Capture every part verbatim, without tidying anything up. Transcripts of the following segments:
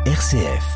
R C F.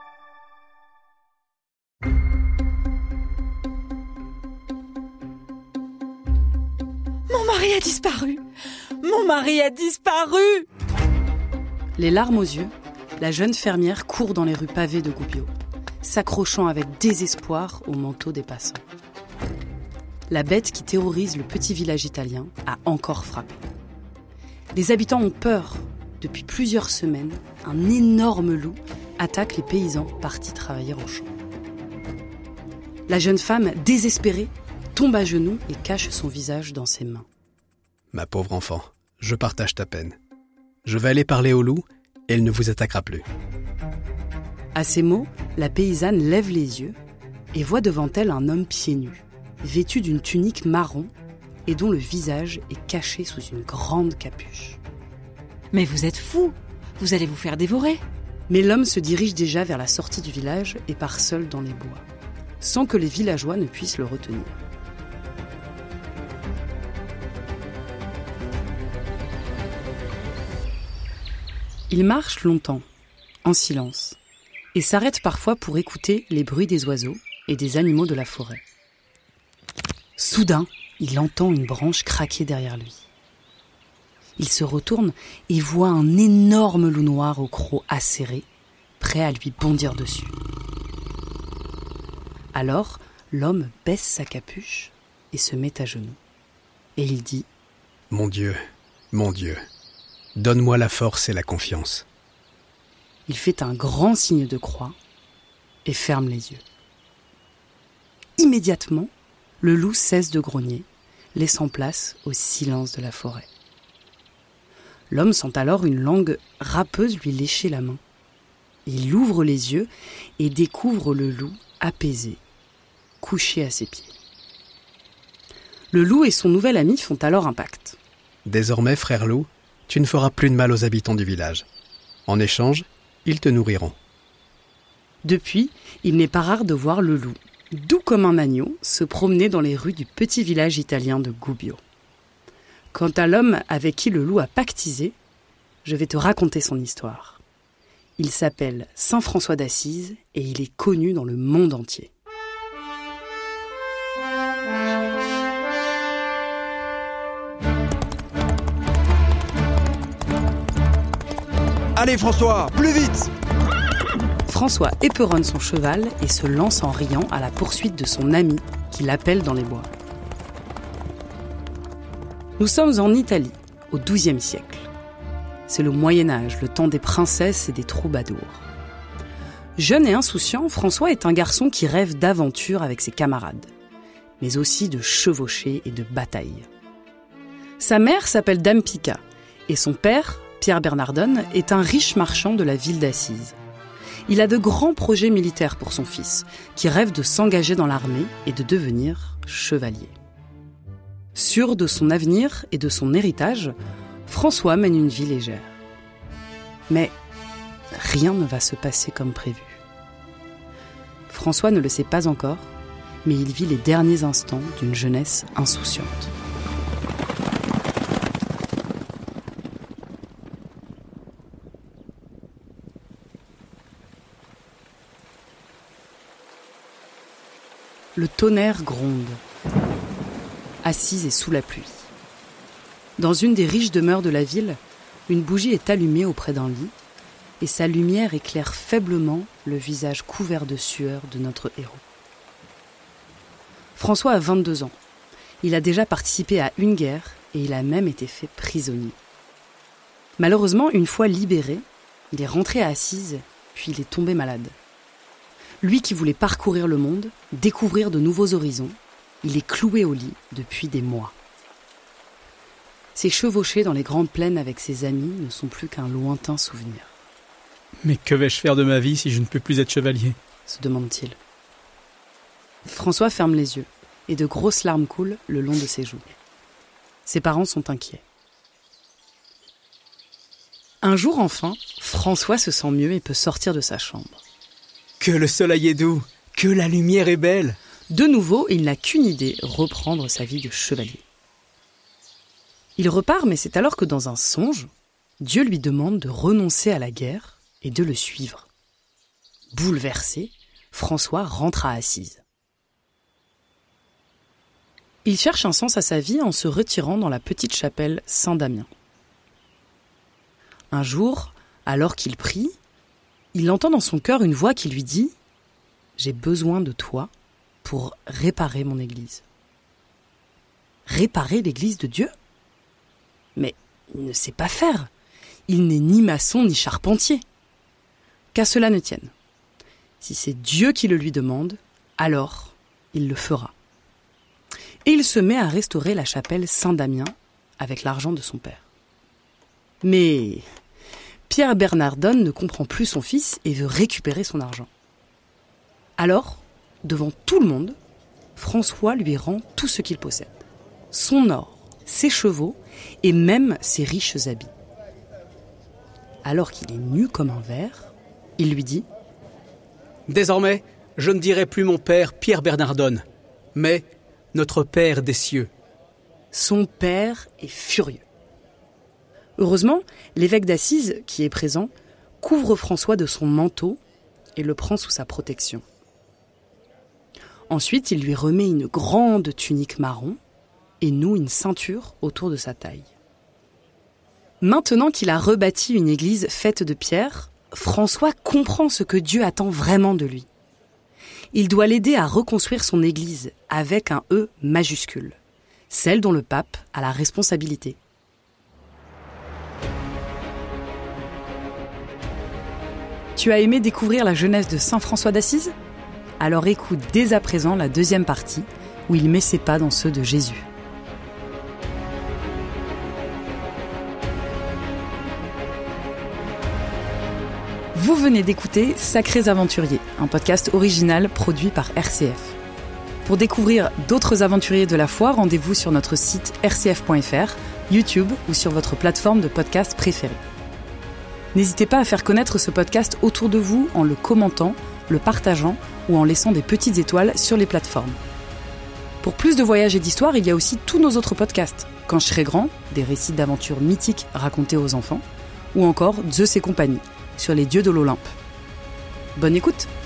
Mon mari a disparu. Mon mari a disparu. Les larmes aux yeux, la jeune fermière court dans les rues pavées de Gubbio, s'accrochant avec désespoir au manteau des passants. La bête qui terrorise le petit village italien a encore frappé. Les habitants ont peur. Depuis plusieurs semaines, un énorme loup attaque les paysans partis travailler au champ. La jeune femme, désespérée, tombe à genoux et cache son visage dans ses mains. Ma pauvre enfant, je partage ta peine. Je vais aller parler au loup et il ne vous attaquera plus. À ces mots, la paysanne lève les yeux et voit devant elle un homme pieds nus, vêtu d'une tunique marron et dont le visage est caché sous une grande capuche. Mais vous êtes fou. Vous allez vous faire dévorer. Mais l'homme se dirige déjà vers la sortie du village et part seul dans les bois, sans que les villageois ne puissent le retenir. Il marche longtemps, en silence, et s'arrête parfois pour écouter les bruits des oiseaux et des animaux de la forêt. Soudain, il entend une branche craquer derrière lui. Il se retourne et voit un énorme loup noir au croc acéré, prêt à lui bondir dessus. Alors, l'homme baisse sa capuche et se met à genoux. Et il dit « Mon Dieu, mon Dieu, donne-moi la force et la confiance. » Il fait un grand signe de croix et ferme les yeux. Immédiatement, le loup cesse de grogner, laissant place au silence de la forêt. L'homme sent alors une langue râpeuse lui lécher la main. Il ouvre les yeux et découvre le loup apaisé, couché à ses pieds. Le loup et son nouvel ami font alors un pacte. Désormais, frère loup, tu ne feras plus de mal aux habitants du village. En échange, ils te nourriront. Depuis, il n'est pas rare de voir le loup, doux comme un agneau, se promener dans les rues du petit village italien de Gubbio. Quant à l'homme avec qui le loup a pactisé, je vais te raconter son histoire. Il s'appelle Saint François d'Assise et il est connu dans le monde entier. Allez François, plus vite! François éperonne son cheval et se lance en riant à la poursuite de son ami qui l'appelle dans les bois. Nous sommes en Italie, au douzième siècle. C'est le Moyen-Âge, le temps des princesses et des troubadours. Jeune et insouciant, François est un garçon qui rêve d'aventure avec ses camarades, mais aussi de chevauchée et de bataille. Sa mère s'appelle Dame Pica, et son père, Pierre Bernardone, est un riche marchand de la ville d'Assise. Il a de grands projets militaires pour son fils, qui rêve de s'engager dans l'armée et de devenir chevalier. Sûr de son avenir et de son héritage, François mène une vie légère. Mais rien ne va se passer comme prévu. François ne le sait pas encore, mais il vit les derniers instants d'une jeunesse insouciante. Le tonnerre gronde. Assise et sous la pluie. Dans une des riches demeures de la ville, une bougie est allumée auprès d'un lit et sa lumière éclaire faiblement le visage couvert de sueur de notre héros. François a vingt-deux ans. Il a déjà participé à une guerre et il a même été fait prisonnier. Malheureusement, une fois libéré, il est rentré à Assise, puis il est tombé malade. Lui qui voulait parcourir le monde, découvrir de nouveaux horizons, il est cloué au lit depuis des mois. Ses chevauchées dans les grandes plaines avec ses amis ne sont plus qu'un lointain souvenir. Mais que vais-je faire de ma vie si je ne peux plus être chevalier ? Se demande-t-il. François ferme les yeux et de grosses larmes coulent le long de ses joues. Ses parents sont inquiets. Un jour enfin, François se sent mieux et peut sortir de sa chambre. Que le soleil est doux, que la lumière est belle. De nouveau, il n'a qu'une idée, reprendre sa vie de chevalier. Il repart, mais c'est alors que dans un songe, Dieu lui demande de renoncer à la guerre et de le suivre. Bouleversé, François rentre à Assise. Il cherche un sens à sa vie en se retirant dans la petite chapelle Saint-Damien. Un jour, alors qu'il prie, il entend dans son cœur une voix qui lui dit « J'ai besoin de toi pour réparer mon église. » Réparer l'église de Dieu ? Mais il ne sait pas faire. Il n'est ni maçon ni charpentier. Qu'à cela ne tienne. Si c'est Dieu qui le lui demande, alors il le fera. Et il se met à restaurer la chapelle Saint-Damien avec l'argent de son père. Mais Pierre Bernardone ne comprend plus son fils et veut récupérer son argent. Alors, devant tout le monde, François lui rend tout ce qu'il possède. Son or, ses chevaux et même ses riches habits. Alors qu'il est nu comme un verre, il lui dit « Désormais, je ne dirai plus mon père Pierre Bernardone, mais notre Père des cieux. » Son père est furieux. Heureusement, l'évêque d'Assise, qui est présent, couvre François de son manteau et le prend sous sa protection. Ensuite, il lui remet une grande tunique marron et noue une ceinture autour de sa taille. Maintenant qu'il a rebâti une église faite de pierre, François comprend ce que Dieu attend vraiment de lui. Il doit l'aider à reconstruire son église avec un E majuscule, celle dont le pape a la responsabilité. Tu as aimé découvrir la jeunesse de saint François d'Assise ? Alors écoute dès à présent la deuxième partie où il met ses pas dans ceux de Jésus. Vous venez d'écouter Sacrés Aventuriers, un podcast original produit par R C F. Pour découvrir d'autres aventuriers de la foi, rendez-vous sur notre site r c f point f r, YouTube ou sur votre plateforme de podcast préférée. N'hésitez pas à faire connaître ce podcast autour de vous en le commentant, le partageant ou en laissant des petites étoiles sur les plateformes. Pour plus de voyages et d'histoires, il y a aussi tous nos autres podcasts. Quand je serai grand, des récits d'aventures mythiques racontés aux enfants, ou encore Zeus et compagnie, sur les dieux de l'Olympe. Bonne écoute!